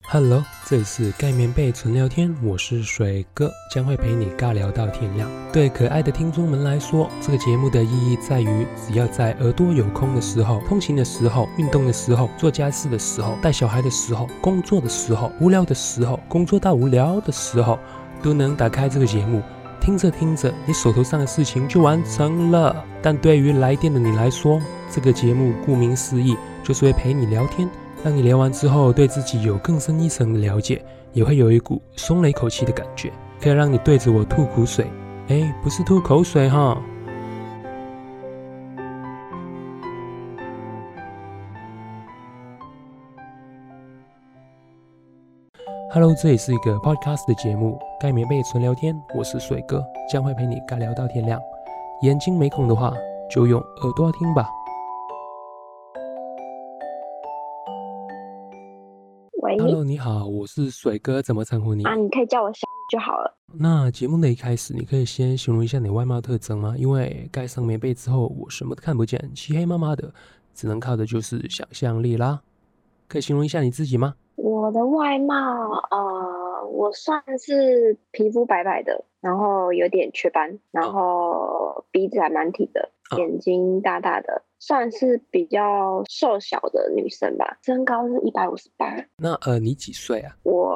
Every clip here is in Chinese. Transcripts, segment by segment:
Hello， 这里是盖棉被纯聊天，我是水哥，将会陪你尬聊到天亮。对可爱的听众们来说，这个节目的意义在于，只要在耳朵有空的时候、通勤的时候、运动的时候、做家事的时候、带小孩的时候、工作的时候、无聊的时候、工作到无聊的时候，都能打开这个节目，听着听着，你手头上的事情就完成了。但对于来电的你来说，这个节目顾名思义，就是会陪你聊天。让你聊完之后对自己有更深一层的了解，也会有一股松了一口气的感觉，可以让你对着我吐苦水，不是吐口水哈。Hello， 这里是一个 podcast 的节目，盖棉被纯聊天，我是水哥，将会陪你尬聊到天亮。眼睛没空的话，就用耳朵听吧。Hello， 你好，我是水哥，怎么称呼你？ 你可以叫我小雨就好了。 那节目的一开始，你可以先形容一下你外貌特征吗？因为盖上棉被之后，我什么都看不见，漆黑麻麻的，只能靠的就是想象力啦。可以形容一下你自己吗？ 我的外貌，我算是皮肤白白的，然后有点雀斑，然后鼻子还蛮挺的，眼睛大大的，算是比较瘦小的女生吧。身高是158。 那你几岁啊？ 我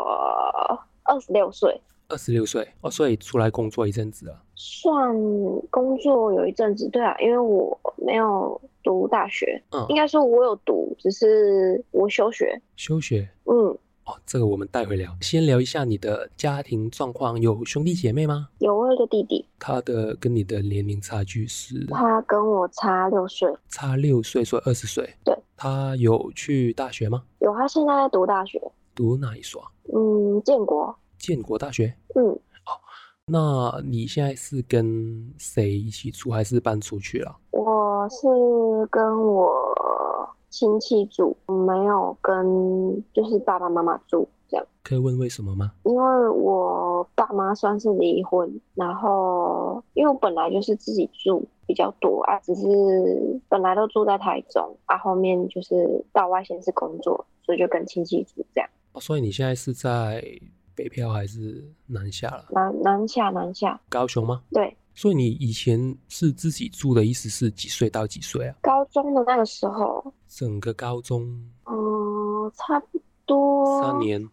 26岁。 26岁哦，所以出来工作一阵子了。 算工作有一阵子，对啊，因为我没有读大学，应该说我有读，只是我休学。 休学？这个我们待会聊。先聊一下你的家庭状况，有兄弟姐妹吗？ 有，我有一个弟弟。 他的跟你的年龄差距是？ 他跟我差6岁。 差6岁，所以20岁。 对。 他有去大学吗？ 有，他现在在读大学。 读哪一所？ 建国。 建国大学。那你现在是跟谁一起住，还是搬出去了？ 我是跟我亲戚住，没有跟就是爸爸妈妈住这样。 可以问为什么吗？ 因为我爸妈算是离婚，然后因为我本来就是自己住比较多啊，只是本来都住在台中啊，后面就是到外县市工作，所以就跟亲戚住这样。 所以你现在是在北漂还是南下了？ 南下。 高雄吗？ 对。 所以你以前是自己住的意思是几岁到几岁啊？ 高中的那个时候。 整个高中？ 差不多 3年。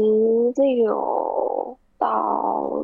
16到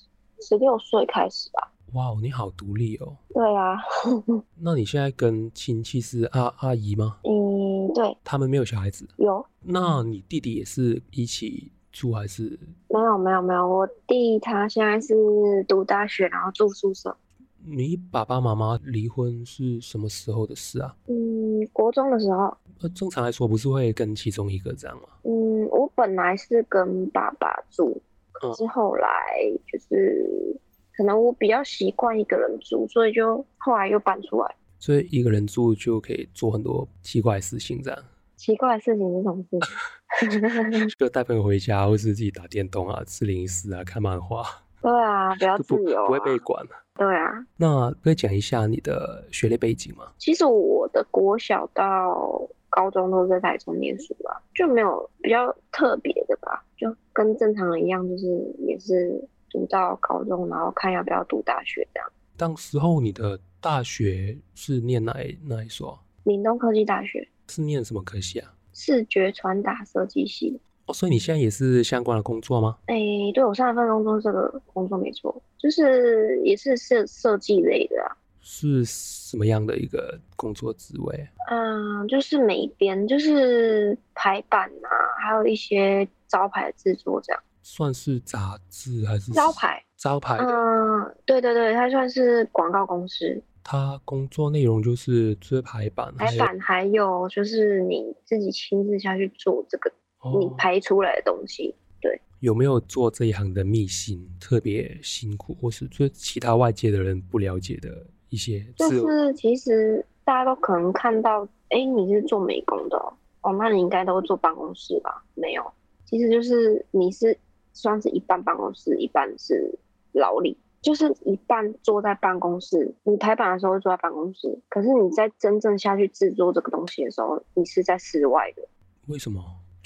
16岁开始吧。 哇，你好独立哦。 对啊。 那你现在跟亲戚是阿姨吗？ 对。 他们没有小孩子？ 有。 那你弟弟也是一起住还是？ 没有，我弟他现在是读大学，然后住宿舍。 你爸爸妈妈离婚是什么时候的事啊？ 国中的时候。 正常来说不是会跟其中一个这样吗？ 我本来是跟爸爸住，可是后来就是可能我比较习惯一个人住，所以就后来又搬出来。 所以一个人住就可以做很多奇怪的事情这样。 奇怪的事情是什么事情？ 就带朋友回家，或是自己打电动啊、吃零食啊、看漫画。 对啊，比较自由不会被管。 对啊。 那可以讲一下你的学历背景吗？ 其实我的国小到高中都是在台中念书吧，就没有比较特别的吧，就跟正常人一样，就是也是读到高中，然后看要不要读大学这样。 当时候你的大学是念哪一所？ 岭东科技大学。 是念什么科系啊？ 视觉传达设计系。 所以你现在也是相关的工作吗？ 对，我上一份工作是这个工作没错，就是也是设计类的啊。 是什么样的一个工作职位？ 就是美编，就是排版啊，还有一些招牌的制作这样。 算是杂志还是招牌？ 招牌。 对，它算是广告公司。 他工作内容就是做排版， 还有就是你自己亲自下去做这个你排出来的东西。对。 有没有做这一行的秘辛，特别辛苦，或是做其他外界的人不了解的一些？ 就是其实大家都可能看到，你是做美工的哦，那你应该都做办公室吧？没有，其实就是你是算是一半办公室，一半是劳力。就是一半坐在办公室，你排版的时候会坐在办公室，可是你在真正下去制作这个东西的时候，你是在室外的。 为什么？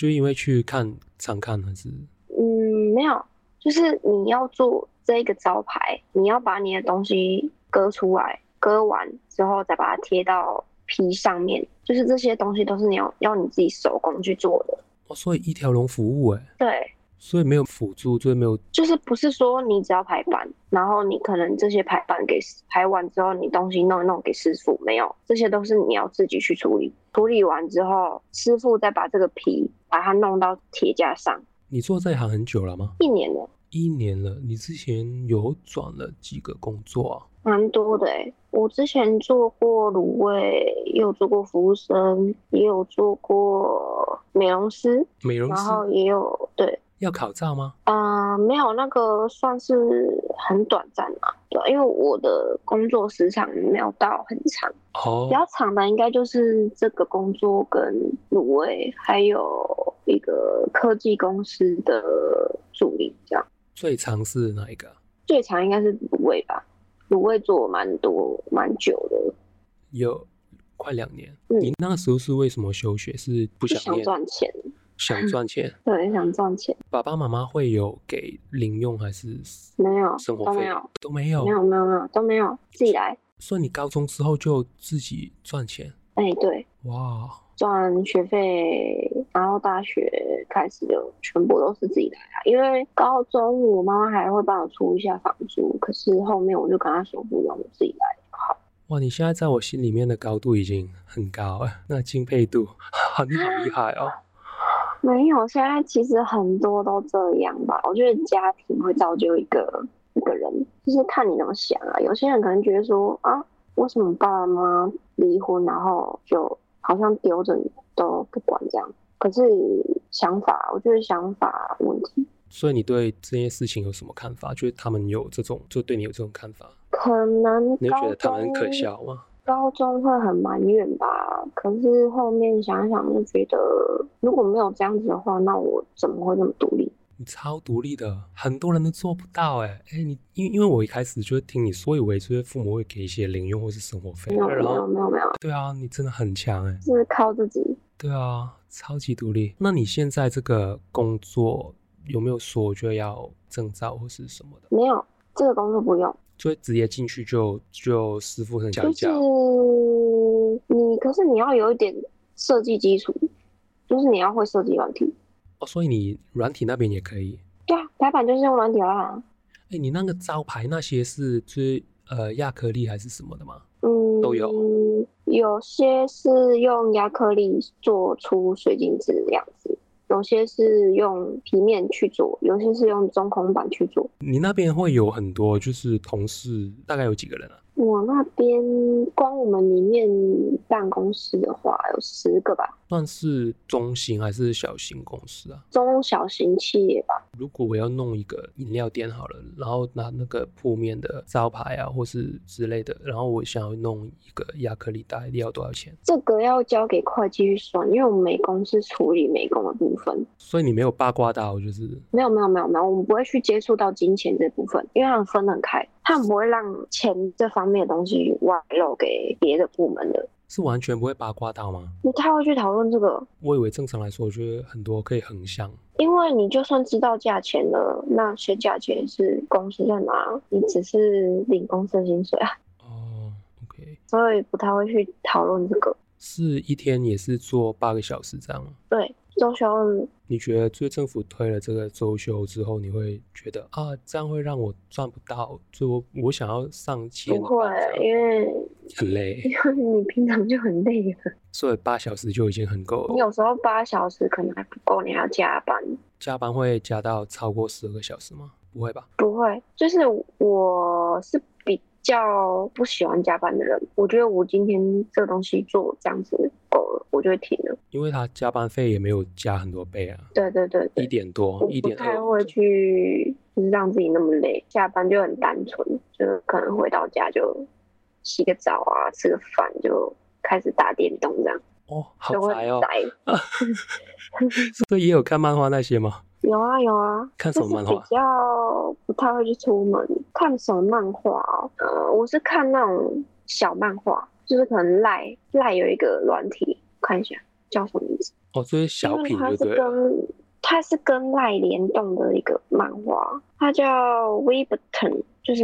就因为去常看还是？ 没有，就是你要做这个招牌，你要把你的东西割出来，割完之后再把它贴到皮上面，就是这些东西都是你要你自己手工去做的。 所以一条龙服务对， 所以没有辅助，所以没有， 就是不是说你只要排版，然后你可能这些排版给排完之后，你东西弄一弄给师傅，没有，这些都是你要自己去处理。处理完之后，师傅再把这个皮把它弄到铁架上。 你做这一行很久了吗 ？1年了。 1年了。你之前有转了几个工作啊？ 蛮多的我之前做过卤味，也有做过服务生，也有做过美容师，然后也有对。 要考照吗？ 没有，那个算是很短暂嘛，对，因为我的工作时长没有到很长，比较长的应该就是这个工作跟卤味，还有一个科技公司的助理这样。 最长是哪一个？ 最长应该是卤味吧，卤味做蛮久的， 有快2年。你那个时候是为什么休学？是不想念？ 想赚钱。 想赚钱。 对，想赚钱。 爸爸妈妈会有给零用还是没有？ 生活费都没有。 没有都没有，自己来。 所以你高中之后就自己赚钱？ 对。 哇， 赚学费，然后大学开始就全部都是自己来啊。因为高中我妈妈还会帮我出一下房租，可是后面我就跟她说不用，我自己来就好。 哇，你现在在我心里面的高度已经很高了，那敬佩度，你好厉害哦。 没有，现在其实很多都这样吧。我觉得家庭会造就一个人，就是看你怎么想啊。有些人可能觉得说啊，为什么爸爸妈妈离婚，然后就好像丢着你都不管这样。可是我觉得想法问题。 所以你对这件事情有什么看法？就是他们有这种，就对你有这种看法？ 可能你会觉得他们很可笑吗？ 高中会很埋怨吧，可是后面想想就觉得，如果没有这样子的话，那我怎么会那么独立？ 你超独立的，很多人都做不到你因为我一开始就听你说，以为就是父母会给一些零用或是生活费， 没有。 对啊，你真的很强就是靠自己。 对啊，超级独立。那你现在这个工作有没有说就要证照或是什么的？ 没有，这个工作不用。 就直接进去就师傅很教一教。 可是你要有一点设计基础，就是你要会设计软体。 所以你软体那边也可以？ 对啊，排版就是用软体啦。 你那个招牌那些是就是亚克力还是什么的吗？都有。 有些是用亚克力做出水晶质的样子，有些是用皮面去做，有些是用中空板去做。 你那边会有很多就是同事，大概有几个人啊？ 我那边光我们里面办公室的话有10个吧。 算是中型还是小型公司啊？ 中小型企业吧。 如果我要弄一个饮料店好了，然后拿那个铺面的招牌啊或是之类的，然后我想要弄一个亚克力，大概要多少钱？ 这个要交给会计去算，因为我们美工是处理美工的部分。 所以你没有八卦到就是没有，我们不会去接触到金钱这部分，因为他们分得很开，他们不会让钱这方面的东西外露给别的部门的。 是完全不会八卦到吗？ 不太会去讨论这个。 我以为正常来说，我觉得很多可以横向。 因为你就算知道价钱了，那些价钱是公司在拿，你只是领公司的薪水啊。 OK。 所以不太会去讨论这个。 是一天也是做8个小时这样？ 对，周休日。你觉得最政府推了这个周休之后，你会觉得这样会让我赚不到，就我想要上7 不会，因为很累， 因为你平常就很累了， 所以8小时就已经很够了。 你有时候8小时可能还不够，你还要加班。 加班会加到超过12个小时吗？不会吧？ 不会，就是我是比较不喜欢加班的人，我觉得我今天这个东西做这样子够了，我就会停了。 因为他加班费也没有加很多倍啊。 对，1点多 ，1点2。 我不太会去就是让自己那么累，下班就很单纯，就可能回到家就洗个澡啊，吃个饭就开始打电动这样。 好宅哦。 宅。 所以也有看漫画那些吗？ 有啊。 看什么漫画？ 比较不太会去出门。看什么漫画我是看那种小漫画，就是可能赖有一个软体，看一下， 叫什么名字， 哦，这是小品就对了。 它是跟赖联动的一个漫画，它叫 Webtoon， 就是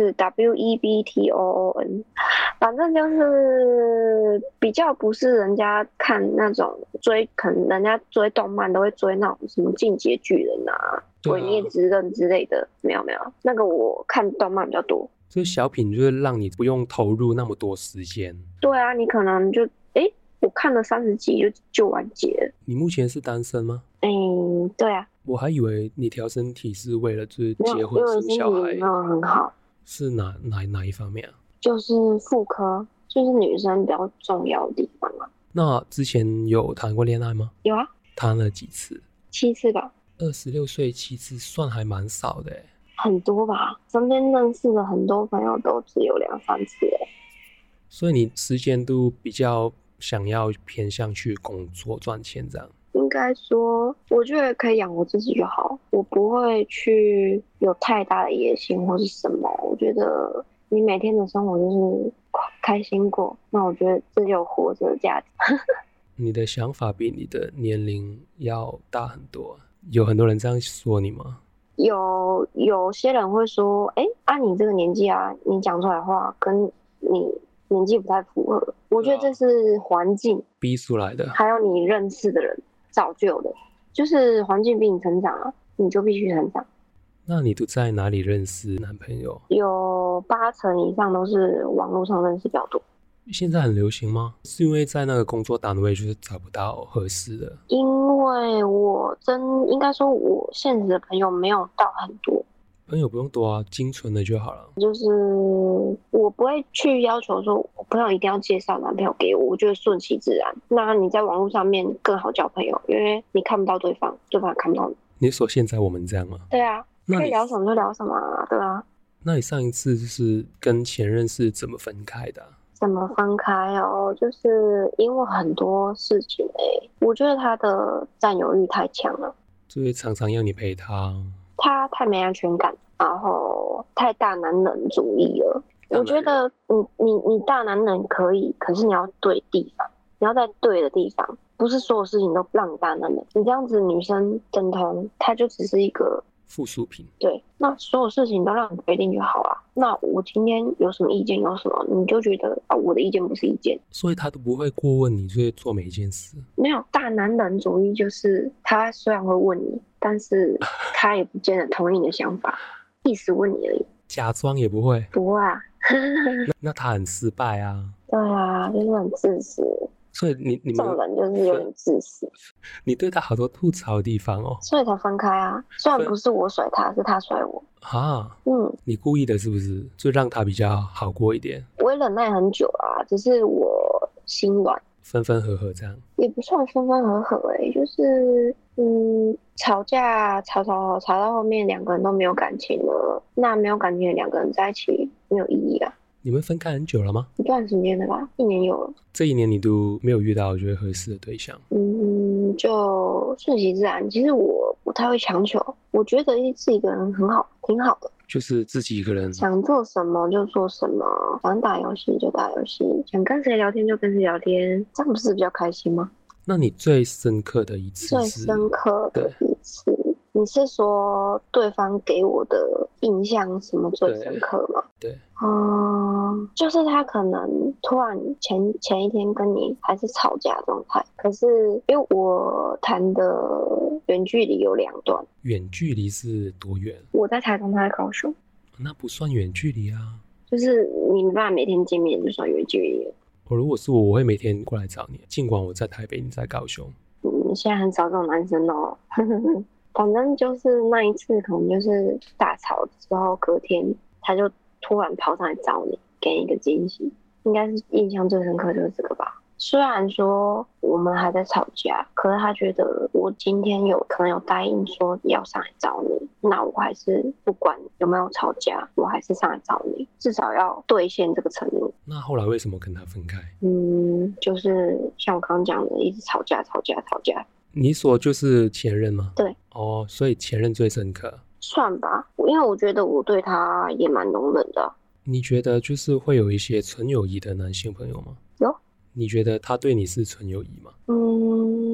WEBTOON， 反正就是比较不是人家看那种可能人家追动漫都会追那种什么进阶巨人啊、鬼灭之刃之类的，没有，那个我看动漫比较多。 这小品就是让你不用投入那么多时间。 对啊，你可能就我看了30集就完结了。 你目前是单身吗？ 对啊。 我还以为你调身体是为了就是结婚生小孩。 没有很好。 是哪一方面啊？ 就是妇科，就是女生比较重要的地方啊。 那之前有谈过恋爱吗？ 有啊。 谈了几次 ？7次吧。 26岁7次算还蛮少的耶。 很多吧，身边认识的很多朋友都只有2-3次耶。 所以你时间都比较想要偏向去工作赚钱这样？ 应该说我觉得可以养活自己就好，我不会去有太大的野心或是什么。我觉得你每天的生活就是开心过，那我觉得这就有活着的价值。 你的想法比你的年龄要大很多，有很多人这样说你吗？ 有些人会说你这个年纪啊，你讲出来的话跟你年纪不太符合。我觉得这是环境逼出来的， 还有你认识的人造就的，就是环境逼你成长啊，你就必须成长。 那你都在哪里认识男朋友？ 有80%以上都是网络上认识比较多。 现在很流行吗？是因为在那个工作单位就是找不到合适的？ 因为应该说我现实的朋友没有到很多。 朋友不用多啊，精纯的就好了。 就是我不会去要求说我朋友一定要介绍男朋友给我，我觉得顺其自然。那你在网络上面更好交朋友，因为你看不到对方，对方也看不到你。 你说现在我们这样吗？ 对啊，可以聊什么就聊什么啊，对啊。 那你上一次就是跟前任是怎么分开的啊？ 怎么分开哦？就是因为很多事情我觉得他的占有欲太强了， 就会常常要你陪他。 他太没安全感，然后太大男人主义了。我觉得你大男人可以，可是你要对地方，你要在对的地方，不是所有事情都让你大男人。你这样子女生等同，他就只是一个附属品。 对，那所有事情都让你决定就好了。那我今天有什么意见，有什么你就觉得我的意见不是意见， 所以他都不会过问你，就会做每一件事。 没有，大男人主义就是他虽然会问你，但是他也不见得同意你的想法，意思问你而已。 假装也不会？ 不会啊。 那他很失败啊。 对啊，就是很自私。 所以你们这种人就是有点自私。 你对他好多吐槽的地方哦。 所以才分开啊，虽然不是我甩他，是他甩我。 啊，你故意的是不是？就让他比较好过一点。 我也忍耐很久啊，只是我心软。 分分合合这样？也不算分分合合就是吵架吵到后面两个人都没有感情了，那没有感情的两个人在一起没有意义啊。 你们分开很久了吗？ 一段时间了吧，1年有了。这 1年你都没有遇到觉得合适的对象？ 就顺其自然。其实我不太会强求，我觉得自己一个人很好，挺好的。 就是自己一个人想做什么就做什么，想打游戏就打游戏，想跟谁聊天就跟谁聊天，这样不是比较开心吗？ 那你最深刻的一次？最深刻的一次，你是说对方给我的印象什么最深刻吗？ 对。 就是他可能突然前一天跟你还是吵架状态，可是因为我谈的远距离有2段。 远距离是多远？ 我在台中，他在高雄。 那不算远距离啊。就是你没办法每天见面就算远距离了。 如果是我会每天过来找你，尽管我在台北，你在高雄。 现在很少这种男生哦。反正就是那一次，可能就是大吵之后，隔天他就突然跑上来找你，给你一个惊喜。应该是印象最深刻就是这个吧。虽然说我们还在吵架，可是他觉得我今天可能有答应说要上来找你，那我还是不管有没有吵架，我还是上来找你，至少要兑现这个承诺。 那后来为什么跟他分开？ 就是像我刚刚讲的，一直吵架。 你说就是前任吗？ 对。 所以前任最深刻。 算吧，因为我觉得我对他也蛮容忍的。 你觉得就是会有一些纯友谊的男性朋友吗？ 有。 你觉得他对你是纯友谊吗？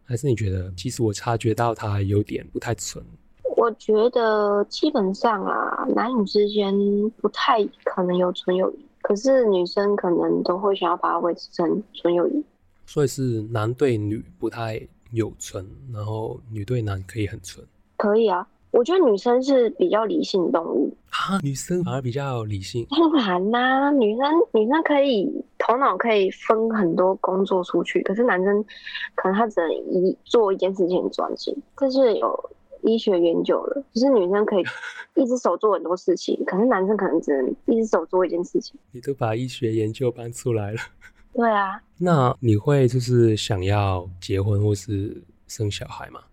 还是你觉得其实我察觉到他有点不太纯？ 我觉得基本上啊，男女之间不太可能有纯友谊，可是女生可能都会想要把它维持成纯友谊。 所以是男对女不太有纯，然后女对男可以很纯。 可以啊，我觉得女生是比较理性动物啊，女生反而比较理性。 当然啦、女生可以头脑可以分很多工作出去，可是男生可能他只能做一件事情很专心，这是有医学研究的，就是女生可以一只手做很多事情，可是男生可能只能一只手做一件事情。 你都把医学研究搬出来了。 对啊， 那你会就是想要结婚或是生小孩吗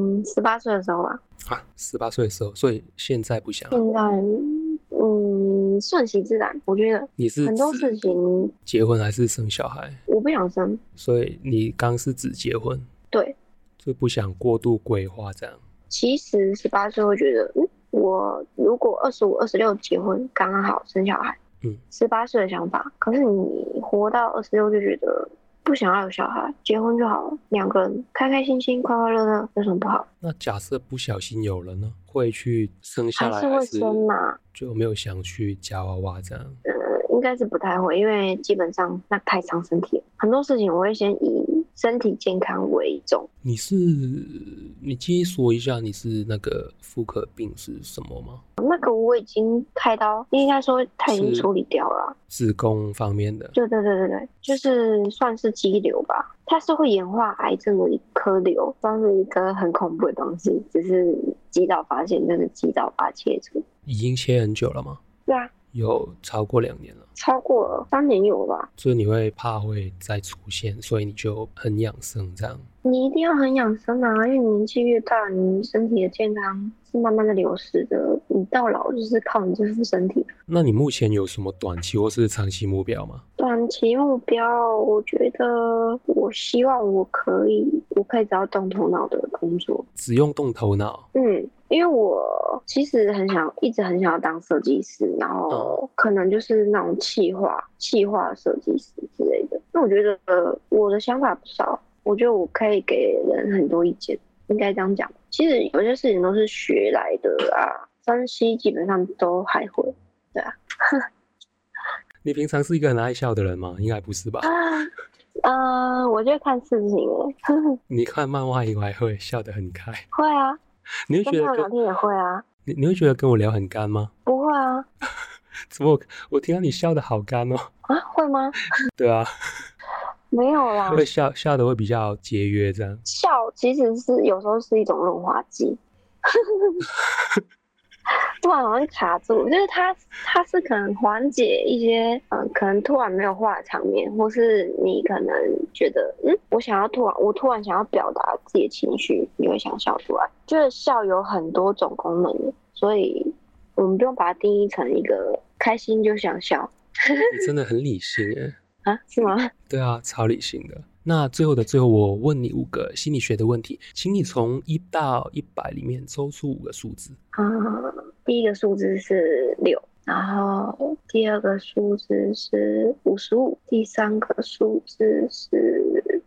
18岁的时候吧。 啊，18岁的时候，所以现在不想。 现在顺其自然，我觉得你是很多事情结婚还是生小孩？ 我不想生。 所以你刚是指结婚， 对， 就不想过度规划这样。 其实18岁会觉得，我如果25、26结婚刚刚好生小孩，18岁的想法，可是你活到26就觉得不想要有小孩，结婚就好了，两个人开开心心、快快乐乐，有什么不好？ 那假设不小心有了呢？会去生下来， 还是会生嘛？ 就没有想去夹娃娃这样？ 应该是不太会，因为基本上那太伤身体了。很多事情我会先以身体健康为重。 你介意说一下你是那个妇科病是什么吗？ 那个我已经开刀，应该说他已经处理掉了。 子宫方面的？ 对，就是算是肌瘤吧，它是会演化癌症的一颗瘤，算是一个很恐怖的东西，只是及早发现，就是及早把它切除。 已经切很久了吗？ 对啊， 有超过2年了， 超过了3年有吧。 所以你会怕会再出现，所以你就很养生这样。 你一定要很养生啊，因为你年纪越大，你身体的健康是慢慢的流失的，你到老就是靠你这副身体。 那你目前有什么短期或是长期目标吗？ 短期目标，我觉得我希望我可以只要动头脑的工作， 只用动头脑。 因为我其实一直很想要当设计师，然后可能就是那种企划设计师之类的。那我觉得我的想法不少，我觉得我可以给人很多意见，应该这样讲。其实有些事情都是学来的啊，分析基本上都还会，对啊。 你平常是一个很爱笑的人吗？应该不是吧？ 我就看事情欸。 你看漫画以外会笑得很开？ 会啊。 你会觉得跟朋友聊天也会啊。 你会觉得跟我聊很干吗？ 不会啊。 怎么我听到你笑得好干哦？ 啊，会吗？ 对啊。 没有啦， 会笑得会比较节约这样。 笑其实是有时候是一种润滑剂。突然好像卡住，就是它是可能缓解一些可能突然没有话的场面，或是你可能觉得我突然想要表达自己的情绪，你会想笑出来。就是笑有很多种功能的，所以我们不用把它定义成一个开心就想笑。 你真的很理性耶。 啊，是吗？ 对啊，超理性的。那最后的最后，我问你5个心理学的问题，请你从1到100里面抽出5个数字。 第一个数字是6，然后第二个数字是55，第三个数字是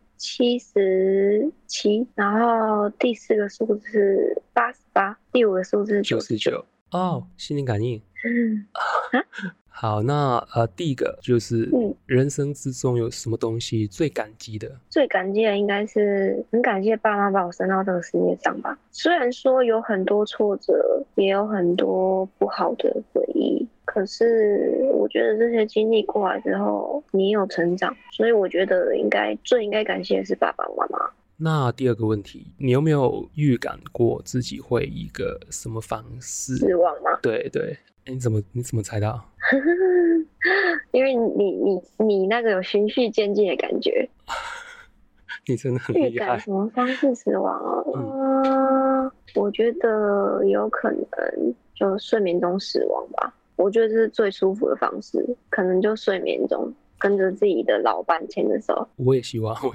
77，然后第4个数字是88，第5个数字是99。 哦，心灵感应。好，那第一个就是人生之中有什么东西最感激的？最感激的应该是很感谢爸妈把我生到这个世界上吧。虽然说有很多挫折，也有很多不好的回忆，可是我觉得这些经历过来之后，你有成长，所以我觉得最应该感谢的是爸爸妈妈。那第二个问题，你有没有预感过自己会以一个什么方式死亡吗？对对，你怎么猜到？因为你那个有循序渐进的感觉。你真的很厉害。预感什么方式死亡啊？我觉得有可能就睡眠中死亡吧。我觉得这是最舒服的方式，可能就睡眠中跟着自己的老伴牵着手。我也希望。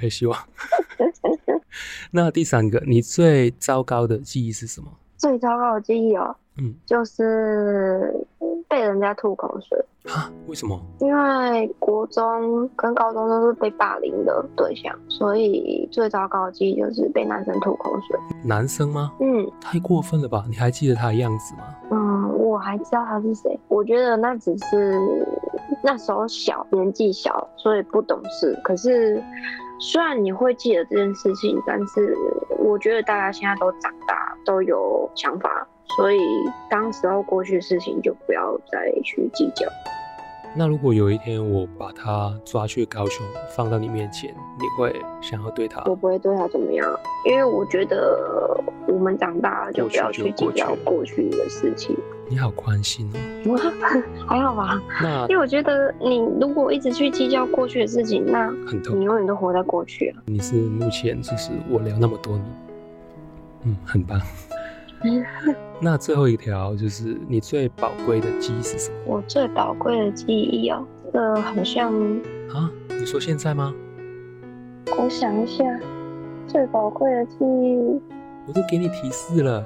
那第3个，你最糟糕的记忆是什么？最糟糕的记忆哦，就是被人家吐口水。 啊？为什么？ 因为国中跟高中都是被霸凌的对象，所以最糟糕的记忆就是被男生吐口水。 男生吗？太过分了吧？你还记得他的样子吗？ 我还知道他是谁。我觉得那只是那时候小，年纪小，所以不懂事。可是虽然你会记得这件事情，但是我觉得大家现在都长大，都有想法，所以当时候过去的事情就不要再去计较。 那如果有一天我把他抓去高雄，放到你面前，你会想要对他？ 我不会对他怎么样，因为我觉得我们长大了就不要去计较过去的事情。 你好宽心哦。 还好吧？ 那因为我觉得你如果一直去计较过去的事情，那很痛， 你永远都活在过去啊。 你是目前就是我聊那么多你，很棒。那最后一条就是你最宝贵的记忆是什么？ 我最宝贵的记忆哦，这个好像啊？你说现在吗？ 我想一下，最宝贵的记忆， 我都给你提示了。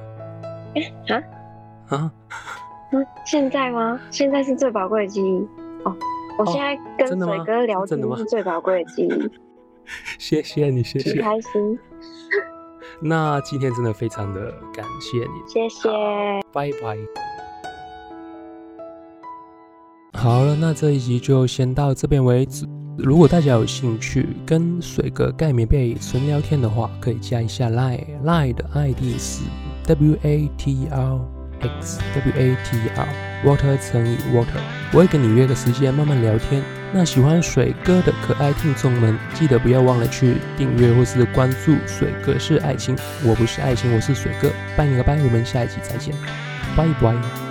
现在吗？现在是最宝贵的记忆哦。我现在跟水哥聊天是最宝贵的记忆。 谢谢你，谢谢， 很开心。 那今天真的非常的感谢你， 谢谢， 拜拜。好了，那这一集就先到这边为止。如果大家有兴趣跟水哥盖棉被纯聊天的话，可以加一下 Line 的 ID 是 WATRXWATR乘以 Water， 我会跟你约个时间慢慢聊天。那喜欢水哥的可爱听众们，记得不要忘了去订阅或是关注水哥是爱情，我不是爱情，我是水哥，拜你个拜，我们下一集再见，拜拜。